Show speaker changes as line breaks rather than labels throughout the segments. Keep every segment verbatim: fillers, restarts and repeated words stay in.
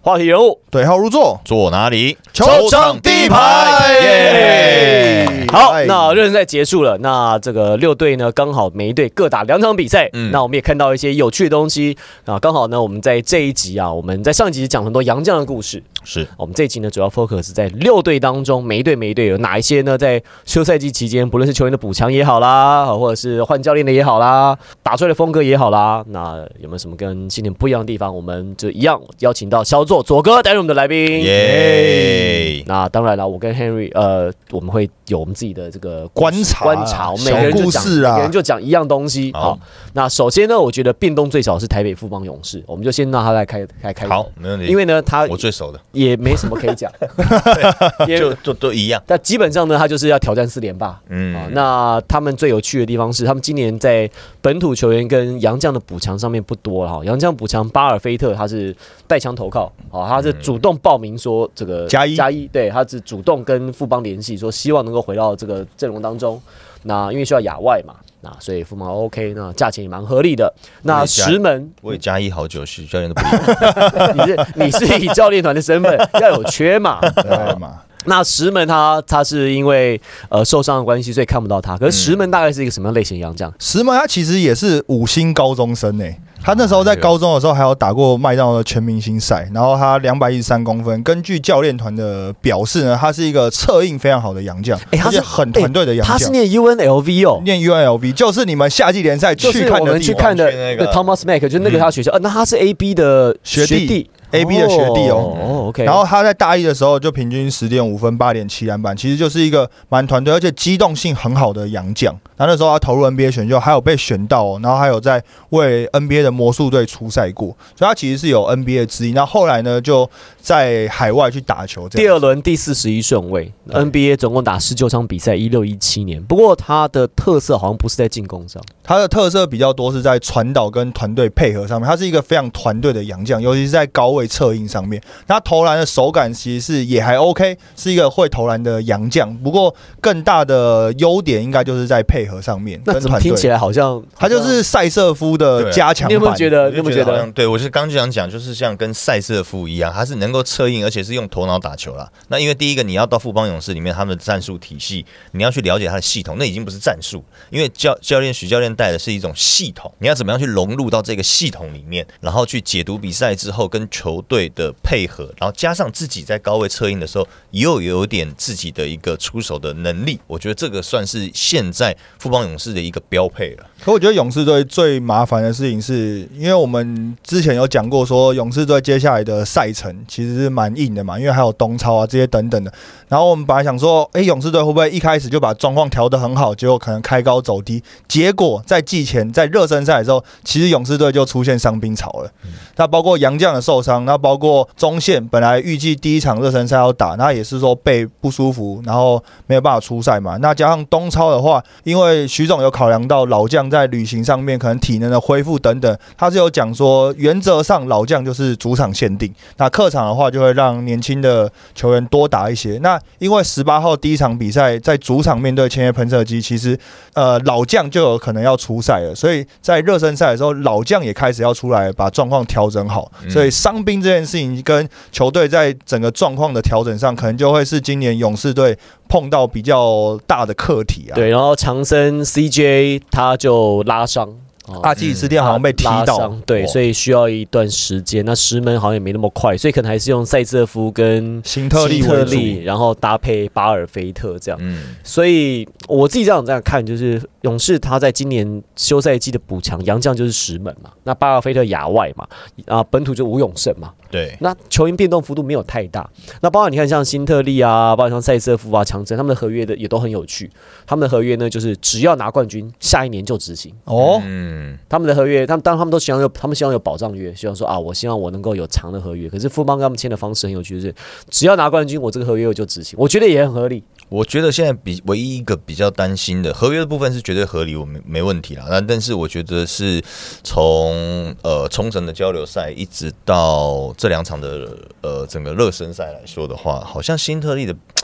话题人物
对号入座，
坐哪里？
球场第一排。
耶！好，那热身赛结束了，那这个六队呢，刚好每一队各打两场比赛。嗯，那我们也看到一些有趣的东西啊。刚好呢，我们在这一集啊，我们在上一集讲很多洋将的故事。
是
我们这一集呢，主要 focus 在六队当中，每一队每一队有哪一些呢？在休赛季期间，不论是球员的补强也好啦，或者是换教练的也好啦，打出来的风格也好啦，那有没有什么跟今年不一样的地方？我们就一样邀请到小左左哥担任我们的来宾。
耶！
那当然了，我跟 Henry 呃，我们会有我们自己的这个
观察
观察，我们每个人就讲，每个人就讲一样东西。好，那首先呢，我觉得变动最少是台北富邦勇士，我们就先让他来开开开。
好，没问题。
因为呢，他
我最熟的。
也没什么可以讲，
就就都一样。
但基本上呢，他就是要挑战四连霸。嗯、啊，那他们最有趣的地方是，他们今年在本土球员跟洋将的补强上面不多了哈。洋将补强巴尔菲特他是带枪投靠，啊，他是主动报名说这个
加一
加一，对，他是主动跟富邦联系，说希望能够回到这个阵容当中。那因为需要亚外嘛。那所以富邦 OK， 那价钱也蛮合理的。那石门
我也加一好久，许教练都不理
你是你是以教练团的身份要有缺嘛？
对嘛？
那石门他他是因为呃受伤的关系，所以看不到他。可是石门大概是一个什么样类型的洋将？
石门他其实也是五星高中生诶、欸。他那时候在高中的时候还有打过麦当劳的全明星赛，然后他两百一十三公分。根据教练团的表示呢，他是一个策应非常好的洋将，
欸、他是
很团队的洋将、欸。
他是念 U N L V 哦，
念 U N L V 就是你们夏季联赛去看的地方，
就是我们去看的那个 Thomas Mack， 就是那个他学校。嗯、呃，那他是 A B 的学弟。
学弟A B 的学弟哦，
哦 ，OK。
然后他在大一的时候就平均十点五分、八点七篮板，其实就是一个蛮团队，而且机动性很好的洋将。然后那时候他投入 N B A 选秀，还有被选到、哦，然后还有在为 N B A 的魔术队出赛过，所以他其实是有 N B A 之一。那后来呢，就在海外去打球，
第二轮第四十一顺位 ，N B A 总共打十九场比赛，一六一七年。不过他的特色好像不是在进攻上，
他的特色比较多是在传导跟团队配合上面。他是一个非常团队的洋将，尤其是在高位策应上面。他投篮的手感其实是也还 OK， 是一个会投篮的洋将。不过更大的优点应该就是在配合上面。
那怎么听起来好像
他就是塞瑟夫的加强版？
你有没有觉得？你有没有觉得？
对，我是刚就想讲，就是像跟塞瑟夫一样，他是能够策应，而且是用头脑打球啦。那因为第一个，你要到富邦勇士里面，他们的战术体系，你要去了解他的系统，那已经不是战术，因为教教练许教练带的是一种系统，你要怎么样去融入到这个系统里面，然后去解读比赛之后跟球队的配合，然后加上自己在高位策应的时候，又有点自己的一个出手的能力。我觉得这个算是现在富邦勇士的一个标配了。
可我觉得勇士队最麻烦的事情是，因为我们之前有讲过说，勇士队接下来的赛程其实是蛮硬的嘛，因为还有东超啊这些等等的。然后我们本来想说，哎、欸，勇士队会不会一开始就把状况调得很好，结果可能开高走低？结果在季前在热身赛的时候，其实勇士队就出现伤兵潮了。那包括洋将的受伤，那包括中线本来预计第一场热身赛要打，那也是说背不舒服，然后没有办法出赛嘛。那加上东超的话，因为徐总有考量到老将在旅行上面可能体能的恢复等等，他是有讲说，原则上老将就是主场限定，那客场的话就会让年轻的球员多打一些。那因为十八号第一场比赛在主场面对千叶喷射机，其实呃老将就有可能要出赛了，所以在热身赛的时候，老将也开始要出来把状况调整好。所以伤兵这件事情跟球队在整个状况的调整上，可能就会是今年勇士队碰到比较大的课题啊。
对，然后强森 C J 他就拉伤。
哦、阿基里斯腱好像被踢到，
对，所以需要一段时间。那石门好像也没那么快，所以可能还是用塞瑟夫跟
辛特利为主，
然后搭配巴尔菲特这样。嗯，所以我自己这样这样看，就是勇士他在今年休赛季的补强，洋将就是石门嘛，那巴尔菲特亚外嘛，啊，本土就吴永胜嘛。
对，
那球员变动幅度没有太大。那包括你看像辛特利啊，包括像塞瑟夫啊、强森，他们的合约的也都很有趣。他们的合约呢，就是只要拿冠军，下一年就执行。哦，嗯，他们的合约，他们当然他们都希望有，他们希望有保障约，希望说啊，我希望我能够有长的合约。可是富邦跟他们签的方式很有趣，就是只要拿冠军，我这个合约我就执行。我觉得也很合理。
我觉得现在比唯一一个比较担心的合约的部分是绝对合理，我没没问题啦。那但是我觉得是从呃冲绳的交流赛一直到这两场的呃整个热身赛来说的话，好像辛特利的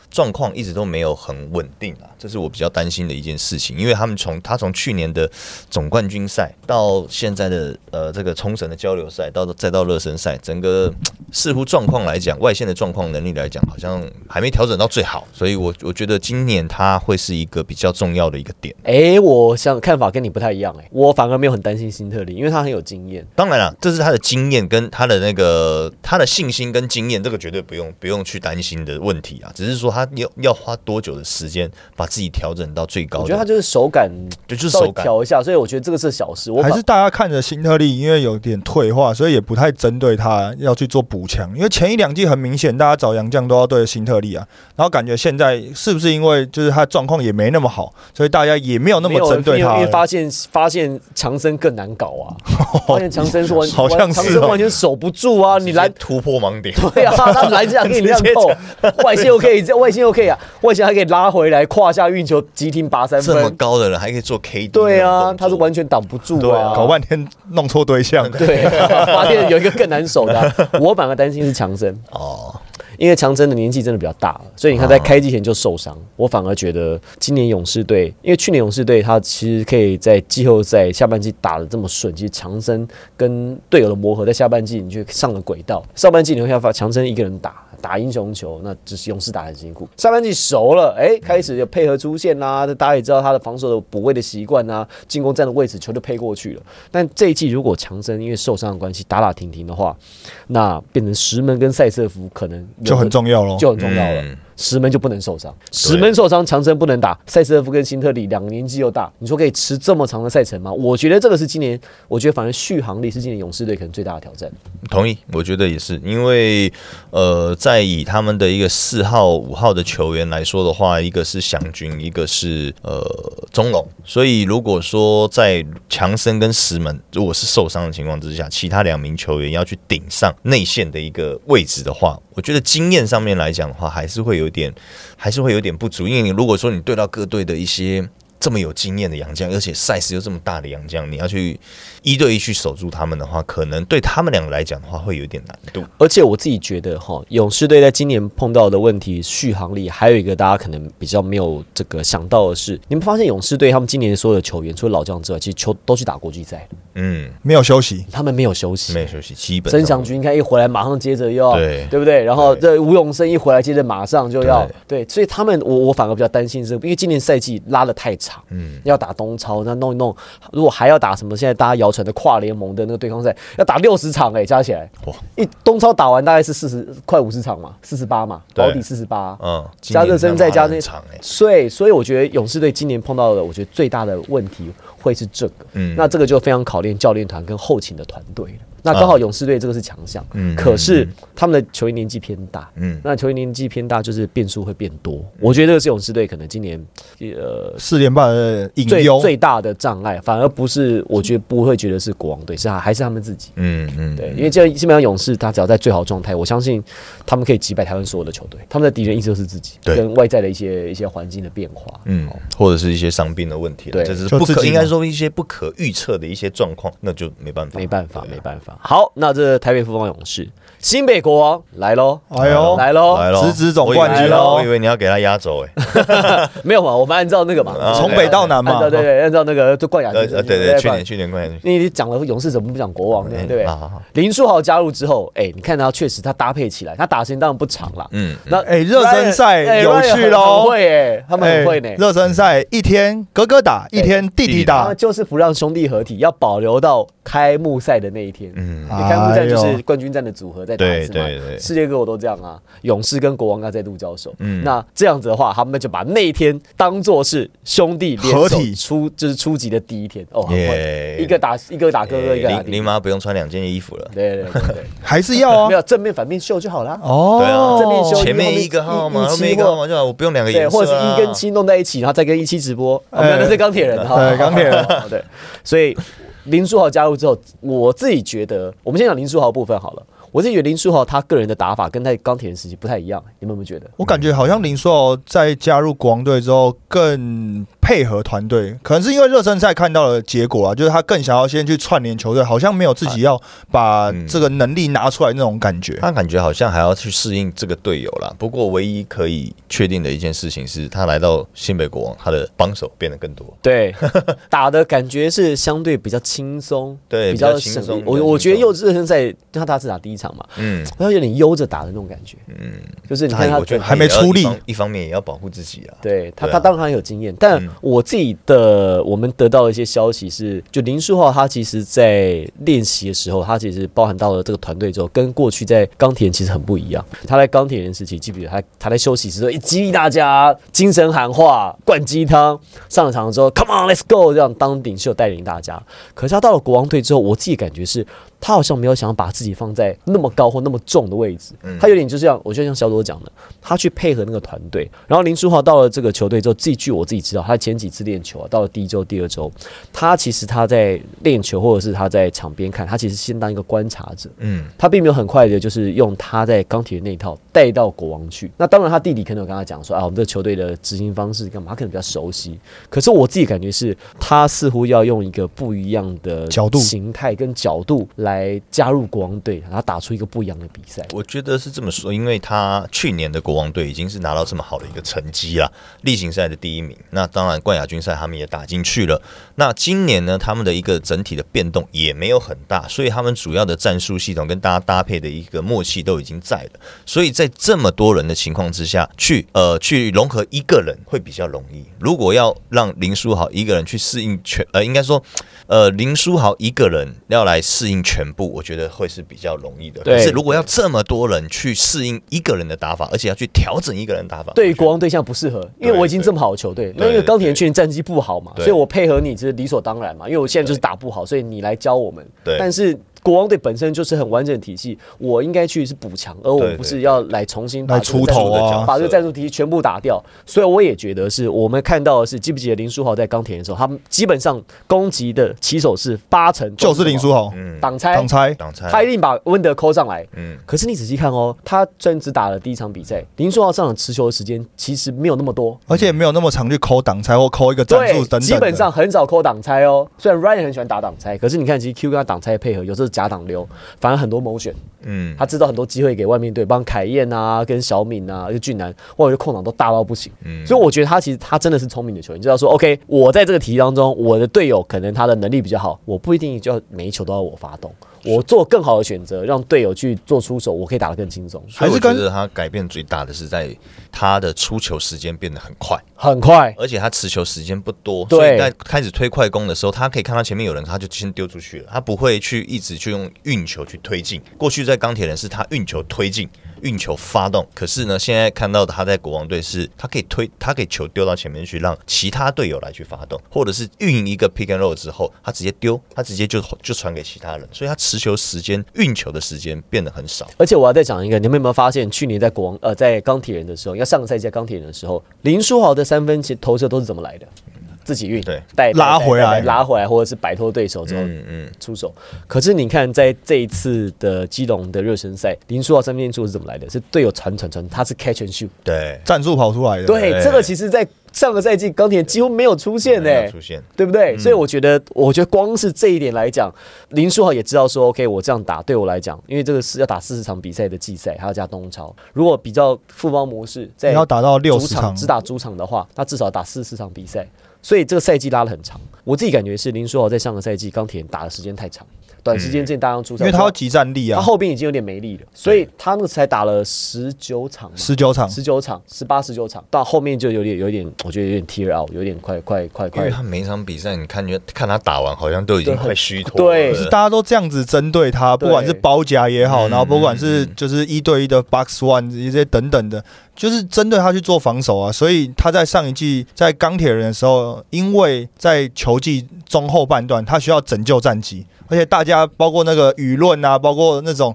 状况一直都没有很稳定啊，这是我比较担心的一件事情。因为他们从他从去年的总冠军赛到现在的呃这个冲绳的交流赛，到再到热身赛，整个似乎状况来讲，外线的状况能力来讲，好像还没调整到最好。所以我我觉得今年他会是一个比较重要的一个点。
哎、欸，我想看法跟你不太一样哎、欸，我反而没有很担心辛特利，因为他很有经验。
当然了，这是他的经验跟他的那个他的信心跟经验，这个绝对不用不用去担心的问题啊。只是说他要要花多久的时间把自己调整到最高的。
我觉得他就是手感，
对，就是手感
调一下，所以我觉得这个是小事。我
还是大家看着辛特利，因为有点退化，所以也不太针对他要去做补强。因为前一两季很明显，大家找洋将都要对辛特利啊，然后感觉现在是不是因为就是他状况也没那么好，所以大家也没有那么针对他。
因为发现发现强森更难搞啊，发现强森是完
好像是、哦、
强森完全守不住啊，你拦
突破盲点，
对啊，他拦下给你亮透，外线又可以，外线又可以啊，外线还可以拉回来胯下运球急停拔三分，
这么高的人还可以做 K D，
对啊，他是完全挡不住啊，
搞半天弄错对象，
对、啊，发现有一个更难守的、啊，我反而担心是强森哦。因为强森的年纪真的比较大了，所以你看在开季前就受伤，我反而觉得今年勇士队，因为去年勇士队他其实可以在季后赛下半季打得这么顺，其实强森跟队友的磨合在下半季你就上了轨道，上半季你会发现强森一个人打打英雄球，那只是勇士打得很辛苦。下半季熟了，哎、欸，开始有配合出现啦，大家也知道他的防守的补位的习惯啊，进攻站的位置球就配过去了。但这一季如果强森因为受伤的关系打打停停的话，那变成石门跟塞瑟夫可能
就很重要了，
就很重要了。嗯，石门就不能受伤，石门受伤，强森不能打，塞瑟夫跟辛特利两个年纪又大，你说可以吃这么长的赛程吗？我觉得这个是今年，我觉得反正续航力是今年勇士队可能最大的挑战。
同意，我觉得也是，因为呃，在以他们的一个四号、五号的球员来说的话，一个是祥军，一个是呃中龙，所以如果说在强森跟石门如果是受伤的情况之下，其他两名球员要去顶上内线的一个位置的话，我觉得经验上面来讲的话，还是会有点，还是会有点不足。因为你如果说你对到各队的一些这么有经验的洋将，而且赛事又这么大的洋将，你要去一对一去守住他们的话，可能对他们两个来讲的话，会有一点难度。
而且我自己觉得哈，勇士队在今年碰到的问题，续航力还有一个大家可能比较没有这个想到的是，你们发现勇士队他们今年所有的球员，除了老将之外，其实球都去打国际赛，
嗯，没有休息，
他们没有休息，
没有休息，基本
曾祥军看一回来马上接着又要，
对
对不对？然后这吴永生一回来接着马上就要，对，对所以他们我我反而比较担心是，因为今年赛季拉得太长，嗯，要打东超，那弄一弄，如果还要打什么现在大家谣传的跨联盟的那个对抗赛，要打六十场哎、欸，加起来，哇，一东超打完大概是四十快五十场嘛，四十八嘛，保底四十八，嗯，加热身再加那场哎，所以所以我觉得勇士队今年碰到的，我觉得最大的问题会是这个，嗯，那这个就非常考验教练团跟后勤的团队了。那刚好勇士队这个是强项，嗯，可是他们的球员年纪偏大，嗯，那球员年纪偏大就是变数会变多。我觉得这个是勇士队可能今年呃
四连霸的隐
最
忧
最大的障碍，反而不是我觉得不会觉得是国王队，是还是他们自己，嗯嗯，对，因为这基本上勇士他只要在最好状态，我相信他们可以击败台湾所有的球队，他们的敌人一直都是自己，跟外在的一些一些环境的变化，
嗯，或者是一些伤病的问题，对，这是不可应该说一些不可预测的一些状况，那就没办法，
没办法，没办法。好，那这台北富邦勇士、新北国王来喽！
哎呦，
来喽！
来喽！
直指总冠军喽！
我以为你要给他压轴哎，
没有嘛，我们按照那个嘛，
从北到南嘛，
对对对，按照那个就冠亚军，
对对，去年去年冠亚军，
你讲了勇士怎么不讲国王呢？对不对？林书豪加入之后，哎，你看他确实他搭配起来，他打时间当然不长了，嗯，
那哎热身赛有趣喽，
很会哎，他们很会呢。
热身赛一天哥哥打，一天弟弟打，
就是不让兄弟合体，要保留到开幕赛的那一天。嗯，开幕战就是冠军战的组合在打一次嘛，世界各国都这样啊。勇士跟国王要再度交手，嗯，那这样子的话，他们就把那一天当作是兄弟联手出就是初级的第一天哦，一个打一个打哥哥，一个打弟弟，
林妈不用穿两件衣服了，
对对对对，
还是要啊，
没有正面反面秀就好了。
哦，
对啊，
正面秀
前面一个号码，后面一个号码就好，我不用两个颜色，
或者是一跟七弄在一起，然后再跟一期直播，没有，那是钢铁人哈，
对钢铁人，
对，所以林书豪加入之后，我自己觉得，我们先讲林书豪部分好了。 我自己觉得林书豪他个人的打法跟在钢铁人时期不太一样，你们有没有觉得？
我感觉好像林书豪在加入国王队之后更配合团队，可能是因为热身赛看到的结果啊，就是他更想要先去串联球队，好像没有自己要把这个能力拿出来那种感觉。
他感觉好像还要去适应这个队友啦。不过唯一可以确定的一件事情是，他来到新北国王，他的帮手变得更多。
对，打的感觉是相对比较轻松，
对，
比较轻松。我我觉得幼稚热身赛，他他是打第一场嘛，嗯，我要有点悠着打的那种感觉，嗯，就是你看他，
我觉得
还没出力，
一方面也要保护自己啊。
对他，他当然很有经验，但我自己的我们得到的一些消息是，就林书豪他其实在练习的时候，他其实包含到了这个团队之后，跟过去在钢铁人其实很不一样。他在钢铁人时期，记不记得他他在休息时候一激励大家，精神喊话，灌鸡汤，上了场之后 ，Come on，Let's go， 这样当领袖带领大家。可是他到了国王队之后，我自己感觉是，他好像没有想要把自己放在那么高或那么重的位置，他有点就像，我就像小朵讲的，他去配合那个团队。然后林书豪到了这个球队之后，自己据我自己知道，他前几次练球啊，到了第一周、第二周，他其实他在练球或者是他在场边看，他其实先当一个观察者，嗯，他并没有很快的，就是用他在钢铁那一套带到国王去。那当然，他弟弟可能有跟他讲说啊，我们这个球队的执行方式干嘛，他可能比较熟悉。可是我自己感觉是，他似乎要用一个不一样的
角度、
形态跟角度来加入国王队，然后打出一个不一样的比赛。
我觉得是这么说，因为他去年的国王队已经是拿到这么好的一个成绩啦，例行赛的第一名。那当然冠亚军赛他们也打进去了。那今年呢，他们的一个整体的变动也没有很大，所以他们主要的战术系统跟大家搭配的一个默契都已经在了。所以在这么多人的情况之下，去呃去融合一个人会比较容易。如果要让林书豪一个人去适应全，呃，应该说，呃，林书豪一个人要来适应全部，我觉得会是比较容易的。可是如果要这么多人去适应一个人的打法，而且要去调整一个人的打法，
对于国王对象不适合，因为我已经这么好的球队，那因为钢铁人去年战绩不好嘛，所以我配合你这是理所当然嘛，因为我现在就是打不好，所以你来教我们。但是国王队本身就是很完整的体系，我应该去是补强，而我不是要来重新把
出头啊，
把这个战术体系全部打掉。所以我也觉得是我们看到的是，记不记得林书豪在钢铁人的时候，他们基本上攻击的起手是八成
就是林书豪，
挡拆
挡拆
挡拆，
他一定把温德扣上来。嗯，可是你仔细看哦，他虽然只打了第一场比赛，林书豪上场持球的时间其实没有那么多，
而且也没有那么常去扣挡拆或扣一个战术等等，
基本上很少扣挡拆哦。虽然 Ryan 很喜欢打挡拆，可是你看，其实 Q 跟他挡拆配合，有时候是假挡溜。反而很多motion，嗯，他制造很多机会给外面队，帮凯燕啊、跟小敏啊、跟俊男，或者空档都大到不行。嗯，所以我觉得他其实他真的是聪明的球员，就要说 OK， 我在这个体系当中，我的队友可能他的能力比较好，我不一定就要每一球都要我发动。我做更好的选择，让队友去做出手，我可以打得更轻松。
所以我觉得他改变最大的是在他的出球时间变得很快，
很快，
而且他持球时间不多，所以在开始推快攻的时候，他可以看到前面有人，他就先丢出去了，他不会去一直去用运球去推进。过去在钢铁人是他运球推进。运球发动，可是呢，现在看到的他在国王队是，他可以推，他可以球丢到前面去，让其他队友来去发动，或者是运一个 pick and roll 之后，他直接丢，他直接就就传给其他人，所以他持球时间、运球的时间变得很少。
而且我要再讲一个，你们有没有发现，去年在国王呃在钢铁人的时候，要上个赛季在钢铁人的时候，林书豪的三分其实投射都是怎么来的？自己运，
对，
带
拉回来，
拉回来，或者是摆脱对手之后出手。嗯嗯、可是你看，在这一次的基隆的热身赛，林书豪三分球是怎么来的？是队友传传传，他是 catch and shoot，
对，
战术跑出来的。
对，对这个其实在上个赛季钢铁几乎没有出现诶、欸，
出现，
对不对？嗯、所以我觉得，我觉得光是这一点来讲，林书豪也知道说 ，OK， 我这样打对我来讲，因为这个是要打四十场比赛的季赛，还要加东超。如果比较富邦模式，在
要打到六十场，
只打主场的话，那至少打四十场比赛。所以这个赛季拉得很长，我自己感觉是林书豪在上个赛季钢铁人打的时间太长，短时间之内大量出赛，
因为他要集战力啊，
他后边已经有点没力了，所以他那个才打了十九场，
十九场，
十九场，十八十九场，到后面就有点有点，我觉得有点 tear out， 有点快快快快，
因为他每一场比赛，你看看他打完，好像都已经快虚脱了，
对，
就是大家都这样子针对他，不管是包夹也好，然后不管是就是一对一的 box one 这些等等的。就是针对他去做防守啊，所以他在上一季在钢铁人的时候，因为在球季中后半段，他需要拯救战绩，而且大家包括那个舆论啊，包括那种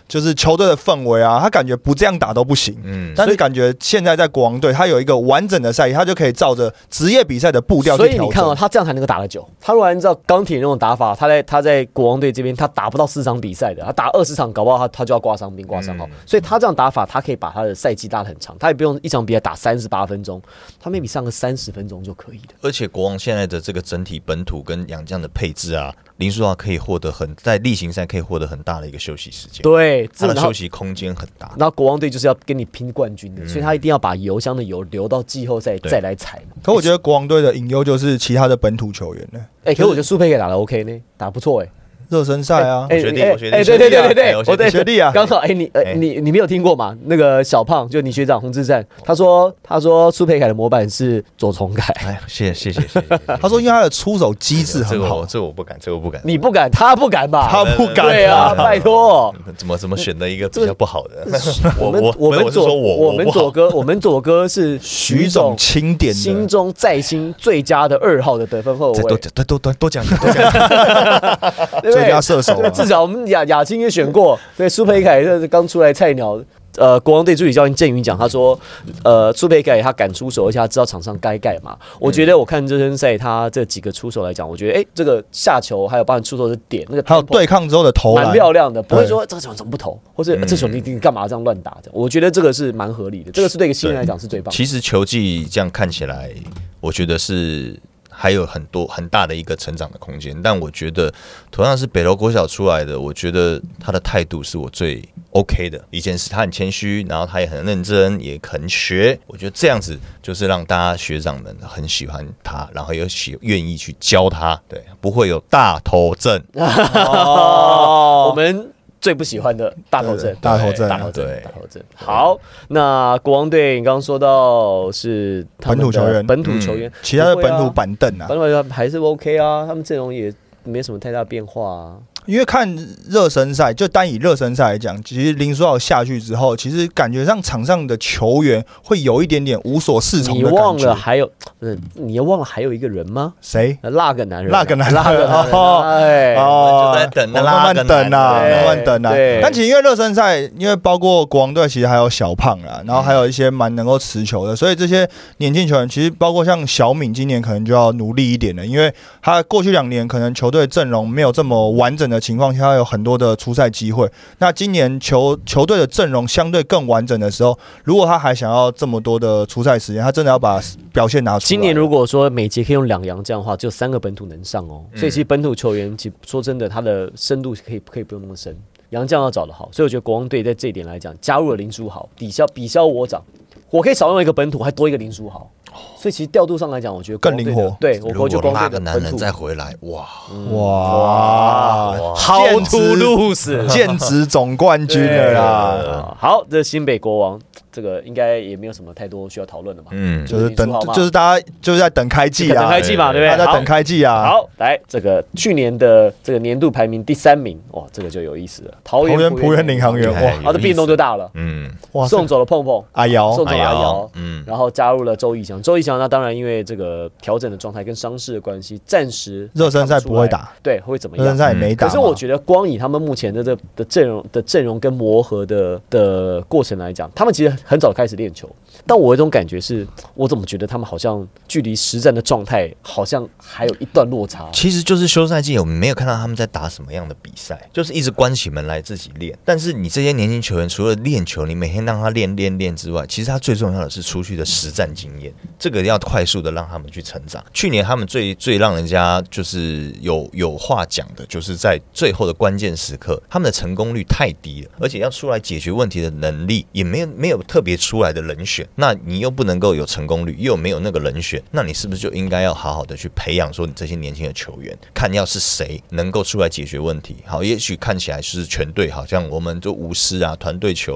就是球队的氛围啊，他感觉不这样打都不行。嗯，但是感觉现在在国王队，他有一个完整的赛季，他就可以照着职业比赛的步调去调整。
所以你看哦，他这样才能够打得久。他如果按照钢铁那种打法，他在他在国王队这边，他打不到四场比赛的，他打二十场，搞不好他他就要挂伤兵、挂伤号。嗯、所以他这样打法，他可以把他的赛季拉得很长，他也不用一场比赛打三十八分钟，他 maybe 上个三十分钟就可以了。
而且国王现在的这个整体本土跟洋将的配置啊，林书豪可以获得很在例行赛可以获得很大的一个休息时间，
对，
他的休息空间很大。
那国王队就是要跟你拼冠军的，嗯、所以他一定要把油箱的油留到季后赛再来踩嘛。
可我觉得国王队的隐忧就是其他的本土球员呢。
哎、欸，可是我觉得苏佩克打得 OK 呢，打得不错哎、欸。
热身赛啊，
我学弟，我学弟，
哎，对对对对对，
我
对
学弟啊，
刚好哎，你呃你你没有听过吗？那个小胖就你学长洪志善，他说他说苏佩凯的模板是左重凯，
哎，谢谢谢谢谢谢。
他说因为他的出手机制很好，
这个我不敢，这个我不敢，
你不敢，他不敢吧？
他不敢，
对啊，拜托，
怎么怎么选的一个比较不好的？
我们我们左我们左哥我们左哥是
徐总钦点
心中在心最佳的二号的得分后卫，
多多多多多讲多讲，
最佳射手。
至少我们亚亚青也选过，对苏培凯这是刚出来菜鸟，呃，国王队助理教练郑云讲，他说，呃，苏培凯他敢出手，而且他知道场上该干嘛。我觉得我看热身赛他这几个出手来讲，我觉得哎、欸，这个下球还有包含出手的点，那个
还有对抗之后的投篮，
蛮漂亮的，不会说这个球怎么不投，或者、呃、这球你你干嘛这样乱打的？我觉得这个是蛮合理的，这个是对一个新人来讲是最棒的。
其实球技这样看起来，我觉得是。还有很多很大的一个成长的空间，但我觉得同样是北投国小出来的，我觉得他的态度是我最 OK 的一件事。他很谦虚，然后他也很认真，也肯学。我觉得这样子就是让大家学长们很喜欢他，然后也喜愿意去教他，对，不会有大头症。
哦，我们。最不喜欢的大头症，
大头症，
大头症，大头症。好，那国王队你刚刚说到是
本土球员，
本土球员，
其他的本土板凳啊，
本土球员还是 OK 啊，他们阵容也没什么太大变化啊。
因为看热身赛，就单以热身赛来讲，其实林书豪下去之后，其实感觉上场上的球员会有一点点无所适从的感觉。
你忘了还有，嗯，你又忘了还有一个人吗？
谁？
那个男人，
那个男人，
那个男人，哎，
哦，就在等，
慢慢等啊，慢慢等啊。但其实因为热身赛，因为包括国王队，其实还有小胖啦，然后还有一些蛮能够持球的，所以这些年轻球员，其实包括像小敏，今年可能就要努力一点了，因为他过去两年可能球队阵容没有这么完整的情况下，他有很多的出赛机会。那今年球球队的阵容相对更完整的时候，如果他还想要这么多的出赛时间，他真的要把表现拿出来。
今年如果说每节可以用两洋这样的话，只有三个本土能上哦。所以其实本土球员，其实说真的，他的深度可以可以不用那么深，洋将要找得好。所以我觉得国王队在这一点来讲，加入了林书豪，抵消比消我长，我可以少用一个本土，还多一个林书豪。所以其实调度上来讲，我觉得
更灵活。
对，我觉得
拉个男人再回来，哇
哇，
好突入死，
剑指总冠军了啦！
好，这新北国王。这个应该也没有什么太多需要讨论的嘛，
嗯，就是等，就是大家就是在等开季啊，
等开季嘛，对不对？
大家在等开季啊。
好，来这个去年的这个年度排名第三名，哇，这个就有意思了。桃园
璞园领航员，哇，
他的变动就大了，嗯，哇，送走了碰碰
阿瑶，
送走了阿瑶，嗯，然后加入了周逸翔。周逸翔那当然因为这个调整的状态跟伤势的关系，暂时
热身赛不会打，
对，会怎么样？
热身赛没打。
可是我觉得光以他们目前的这的阵容的阵容跟磨合的的过程来讲，他们其实很早开始练球。但我有一种感觉是，我怎么觉得他们好像距离实战的状态好像还有一段落差。
其实就是休赛季，我们没有看到他们在打什么样的比赛，就是一直关起门来自己练。但是你这些年轻球员，除了练球，你每天让他练练练之外，其实他最重要的是出去的实战经验，这个要快速的让他们去成长。去年他们最最让人家就是有有话讲的，就是在最后的关键时刻，他们的成功率太低了，而且要出来解决问题的能力也没有没有特别出来的人选。那你又不能够有成功率，又没有那个人选，那你是不是就应该要好好的去培养说你这些年轻的球员，看要是谁能够出来解决问题？好，也许看起来是全队，好像我们就无私啊，团队球啦，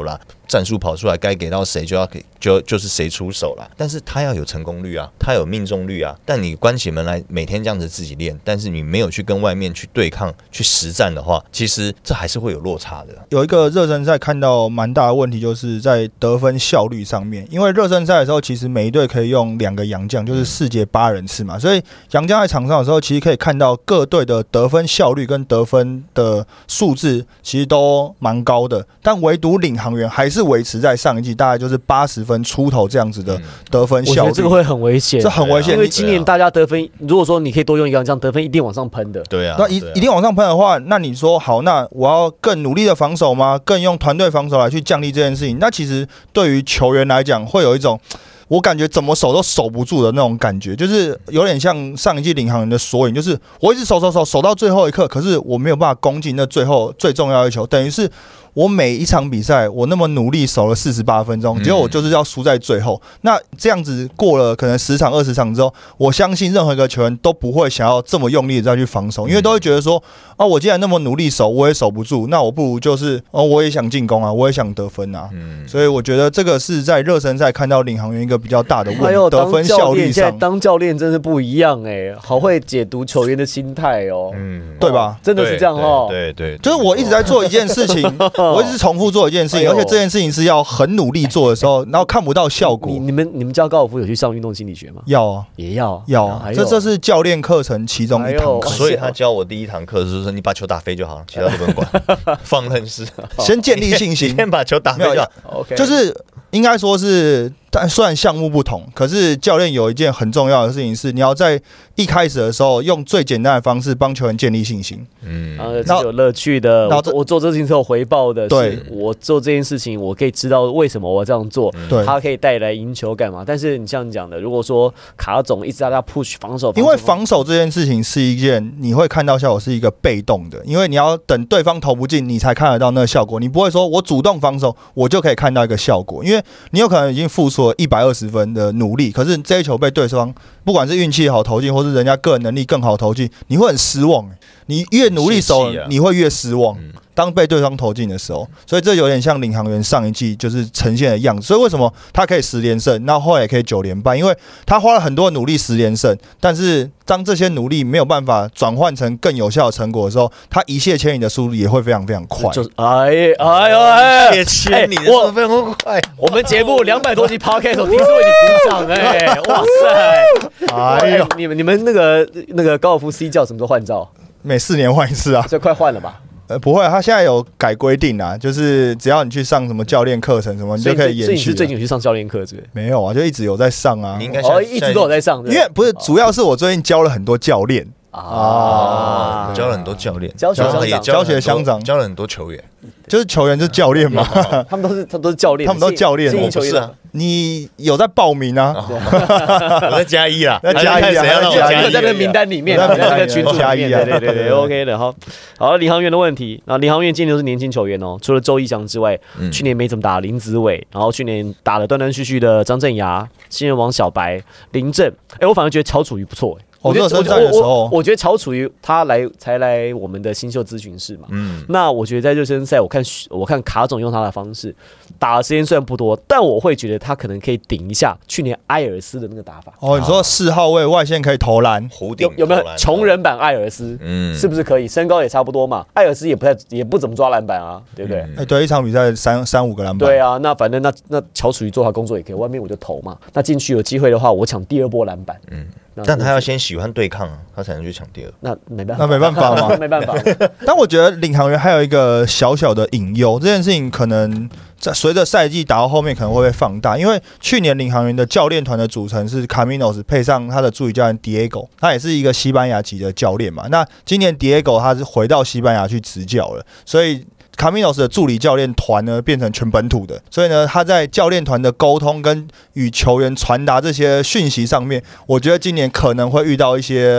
战术跑出来，该给到谁就要给，就就是谁出手啦。但是他要有成功率啊，他有命中率啊。但你关起门来每天这样子自己练，但是你没有去跟外面去对抗、去实战的话，其实这还是会有落差的。
有一个热身赛看到蛮大的问题，就是在得分效率上面。因为热身赛的时候，其实每一队可以用两个洋将，就是四节八人次嘛，所以洋将在场上的时候，其实可以看到各队的得分效率跟得分的数字其实都蛮高的，但唯独领航员还是维持在上一季大概就是八十分出头这样子的得分效率。
我觉得这个会很危险，
这很危险，
因为今年大家得分，如果说你可以多用一个洋将，得分一定往上喷的。
对啊，
那一一定往上喷的话，那你说好，那我要更努力的防守吗？更用团队防守来去降低这件事情？那其实对于球员来讲，会有一种我感觉怎么守都守不住的那种感觉，就是有点像上一季领航员的缩影，就是我一直守守守守到最后一刻，可是我没有办法攻进那最后最重要的一球，等于是我每一场比赛我那么努力守了四十八分钟，结果我就是要输在最后。那这样子过了可能十场二十场之后，我相信任何一个球员都不会想要这么用力的再去防守，因为都会觉得说啊，我既然那么努力守，我也守不住，那我不如就是哦，我也想进攻啊，我也想得分啊。所以我觉得这个是在热身赛看到领航员一个比较大的问题，
还有
得分效率上。
现在当教练真是不一样哎、欸，好会解读球员的心态哦，
嗯，对吧？
真的是这样哦。
对 对, 对, 对，
就是我一直在做一件事情，我一直重复做一件事情，而且这件事情是要很努力做的时候，然后看不到效果。
你你们你们教高尔夫有去上运动心理学吗？
要啊，
也要
要啊，这这是教练课程其中一堂课。
所以他教我第一堂课就是说，你把球打飞就好了，其他都不用管，放任式，
先建立信心，
先把球打飞就好。
OK，
就是应该说是。但虽然项目不同，可是教练有一件很重要的事情是，你要在一开始的时候用最简单的方式帮球员建立信心。
嗯，然后这是有乐趣的。我我做这件事情是有回报的。
对，
我做这件事情，我可以知道为什么我要这样做。
对，
它可以带来赢球干嘛？但是你像你讲的，如果说卡总一直在他 push 防守，
因为防守这件事情是一件你会看到效果是一个被动的，因为你要等对方投不进，你才看得到那个效果。你不会说我主动防守，我就可以看到一个效果，因为你有可能已经付出了一百二十分的努力，可是这一球被对方不管是运气好投进，或是人家个人能力更好投进，你会很失望。你越努力守，你会越失望。当被对方投进的时候，所以这有点像领航员上一季就是呈现的样子。所以为什么他可以十连胜，那后来也可以九连败？因为他花了很多努力十连胜，但是当这些努力没有办法转换成更有效的成果的时候，他一泻千里的速度也会非常非常快。
就是哎哎呦哎，
一泻千里的速度非常快。
我们节目两百多集 podcast， 我第一次为你鼓掌哎，哇塞！哎呦，你们你们那个那个高尔夫 C 教什么时候换照？
每四年换一次啊，
这快换了吧？
呃，不会，他现在有改规定啊，就是只要你去上什么教练课程什么，你就可以延续。
所以你是最近有去上教练课，是不是？
没有啊，就一直有在上啊。
你应该
哦，一直都有在上，
因为不是，主要是我最近教了很多教练
啊，教了很多教练，
教学乡长，
教学乡长，
教了很多球员，
就是球员就是教练嘛，
他们都是他们都是教练，
他们都教练，
我不是啊。
你有在报名啊？
我在加一啦，
在加一啊，
加一，在那个名单里面，在那个群组里面，对对对对 ，OK 的。好，好，领航员的问题，然后领航员今年都是年轻球员哦，除了周一翔之外，去年没怎么打林子伟，然后去年打了断断续续的张镇衙、新人王小白、林振，哎，我反而觉得乔楚瑜不错哎。
我觉得我
我我觉得乔楚瑜他来才来我们的新秀咨询室嘛，嗯，那我觉得在热身赛，我看我看卡总用他的方式打的时间虽然不多，但我会觉得他可能可以顶一下去年埃尔斯的那个打法。
哦，你说四号位外线可以投篮，
有有没有穷人版埃尔斯？嗯，是不是可以？身高也差不多嘛，埃尔斯也不太也不怎么抓篮板啊，对不对？
哎，对，一场比赛三三五个篮板。
对啊，那反正那那乔楚瑜做他工作也可以，外面我就投嘛。那进去有机会的话，我抢第二波篮板。嗯。
但他要先喜欢对抗啊，他才能去抢第二。
那没办法，
那没办法嘛，
没办法。
但我觉得领航员还有一个小小的隐忧，这件事情可能在随着赛季打到后面可能会被放大，因为去年领航员的教练团的组成是 Caminos 配上他的助理教练 Diego， 他也是一个西班牙籍的教练嘛。那今年 Diego 他是回到西班牙去执教了，所以Caminos 的助理教练团呢变成全本土的，所以呢他在教练团的沟通跟与球员传达这些讯息上面，我觉得今年可能会遇到一些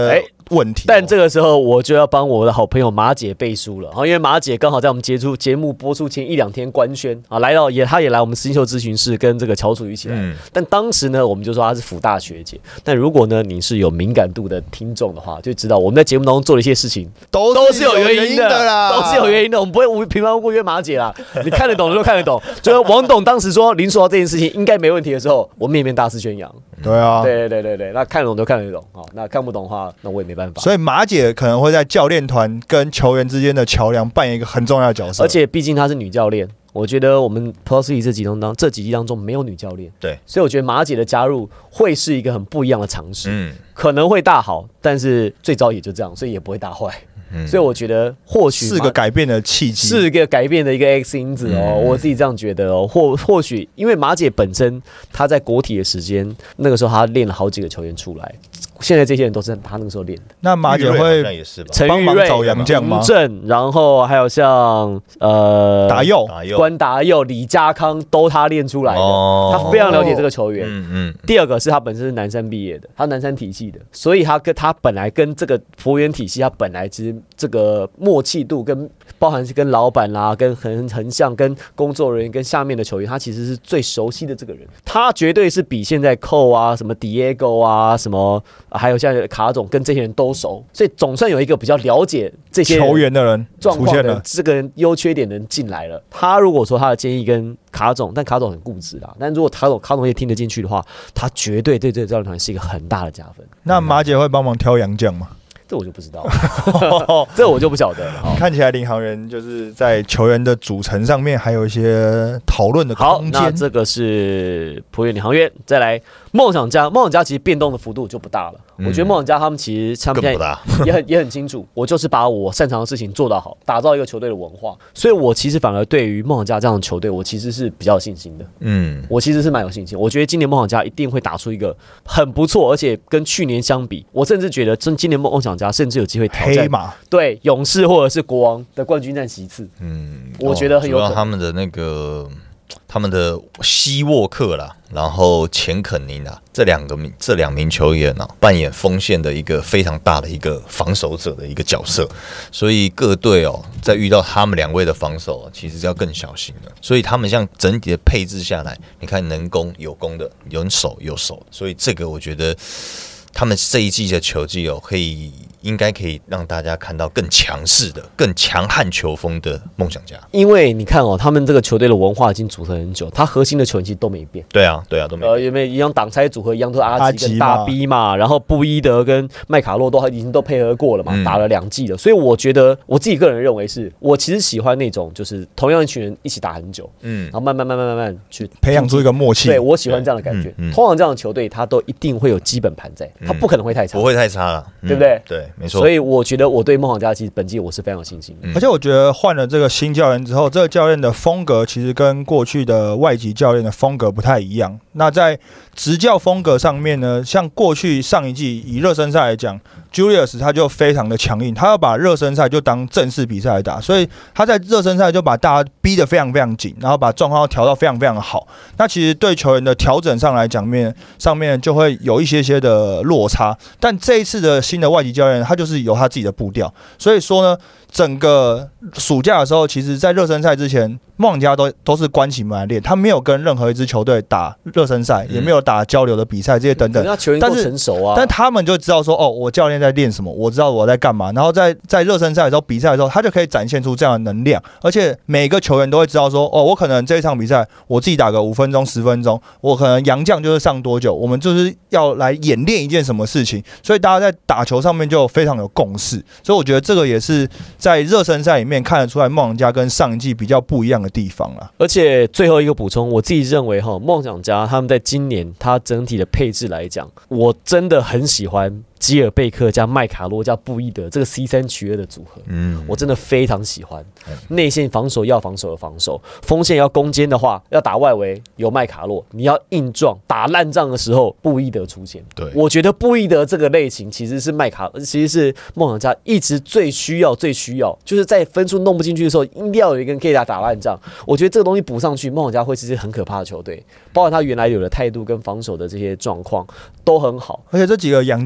问题、哦。
但这个时候我就要帮我的好朋友马姐背书了，因为马姐刚好在我们节目节目播出前一两天官宣啊，来到也她也来我们新秀咨询室跟这个乔楚一起来。嗯、但当时呢，我们就说她是辅大学姐。但如果呢你是有敏感度的听众的话，就知道我们在节目当中做的一些事情
都
都是有原因的
啦，
都是有原因的。我们不会无平白无故约马姐啦，你看得懂就看得懂。就是王董当时说林书豪这件事情应该没问题的时候，我面面大肆宣扬。
对啊，
对对对对，那看得懂就看得懂，好，那看不懂的话，那我也没办法。
所以马姐可能会在教练团跟球员之间的桥梁扮演一个很重要的角色，
而且毕竟她是女教练，我觉得我们 Pro City 这几当当这几季当中没有女教练，
对，
所以我觉得马姐的加入会是一个很不一样的尝试，嗯，可能会大好，但是最早也就这样，所以也不会大坏。嗯、所以我觉得或许
是个改变的契机，
是个改变的一个 X 因子哦，嗯、我自己这样觉得哦。或或许因为马姐本身她在国体的时间，那个时候她练了好几个球员出来，现在这些人都是她那个时候练的。
那马姐会
陈
帮忙找洋将吗？
吴正，然后还有像呃
达佑、
关达佑、李家康，都她练出来的，哦、她非常了解这个球员。嗯嗯。第二个是她本身是南山毕业的，她南山体系的，所以她跟她本来跟这个佛原体系，她本来其实。这个默契度跟包含是跟老板啦、啊，跟横横向、跟工作人员、跟下面的球员，他其实是最熟悉的这个人。他绝对是比现在寇啊、什么 Diego 啊、什么还有现在卡总跟这些人都熟，所以总算有一个比较了解这些
球员的人
状况的这个人优缺点的人进来了。他如果说他的建议跟卡总，但卡总很固执啦。但如果卡总卡总也听得进去的话，他绝对对这个教练团是一个很大的加分。
那马姐会帮忙挑洋将吗？
这我就不知道了，这我就不晓得了。
看起来领航员就是在球员的组成上面还有一些讨论的空间。
好，那这个是璞园领航员，再来梦想家。梦想家其实变动的幅度就不大了。嗯、我觉得梦想家他们其实他们现在也很也很清楚，我就是把我擅长的事情做到好，打造一个球队的文化。所以我其实反而对于梦想家这样的球队，我其实是比较有信心的。嗯，我其实是蛮有信心。我觉得今年梦想家一定会打出一个很不错，而且跟去年相比，我甚至觉得真今年梦想家甚至有机会挑战
黑马，
对勇士或者是国王的冠军战席次。嗯，我觉得很有可能。
主要他们的那个他们的希沃克啦，然后钱肯尼啦，这两个这两名球员啊，扮演锋线的一个非常大的一个防守者的一个角色，所以各队哦，在遇到他们两位的防守、啊，其实要更小心了。所以他们像整体的配置下来，你看能攻有攻的，有守有守，所以这个我觉得他们这一季的球技哦，可以。应该可以让大家看到更强势的、更强悍球风的梦想家。
因为你看哦，他们这个球队的文化已经组成很久，他核心的球员其实都没变。
对啊，对啊，都没变。
呃，有没有一样挡拆组合一样，都是阿吉跟大 B 嘛，然后布伊德跟麦卡洛都已经都配合过了嘛，嗯、打了两季了。所以我觉得我自己个人认为是，我其实喜欢那种就是同样一群人一起打很久，嗯，然后慢慢慢慢慢慢去
培养出一个默契。
对，我喜欢这样的感觉。嗯嗯、通常这样的球队，他都一定会有基本盘在，他不可能会太差，
不会太差了，
对不对？
对，没错。
所以我觉得我对梦想家其实本季我是非常有信心的，
而且我觉得换了这个新教练之后，这个教练的风格其实跟过去的外籍教练的风格不太一样。那在执教风格上面呢，像过去上一季以热身赛来讲 ，Julius 他就非常的强硬，他要把热身赛就当正式比赛来打，所以他在热身赛就把大家逼得非常非常紧，然后把状况调到非常非常的好。那其实对球员的调整上来讲面上面就会有一些些的落差，但这一次的新的外籍教练他就是有他自己的步调，所以说呢，整个暑假的时候，其实在热身赛之前，梦想家都都是关起门来练，他没有跟任何一支球队打热身赛，嗯、也没有打交流的比赛这些等等。
那球员够成熟啊，
但他们就知道说，哦，我教练在练什么，我知道我在干嘛，然后在在热身赛的时候、比赛的时候，他就可以展现出这样的能量，而且每个球员都会知道说，哦，我可能这一场比赛我自己打个五分钟、十分钟，我可能洋将就是上多久，我们就是要来演练一件什么事情，所以大家在打球上面就非常有共识，所以我觉得这个也是在热身赛里面看得出来梦想家跟上一季比较不一样的地方啦。
而且最后一个补充，我自己认为哈，梦想家他们在今年他整体的配置来讲，我真的很喜欢基尔贝克加麦卡洛加布伊德这个 C 三取二的组合，嗯，我真的非常喜欢。内线防守要防守的防守，锋线要攻坚的话，要打外围有麦卡洛，你要硬撞打烂仗的时候，布伊德出现。
对，
我觉得布伊德这个类型其实是麦卡，其实是梦想家一直最需要、最需要，就是在分数弄不进去的时候，一定要有一个人可以打打烂仗。我觉得这个东西补上去，梦想家会是一支很可怕的球队，包括他原来有的态度跟防守的这些状况都很好。
而且这几个洋将的态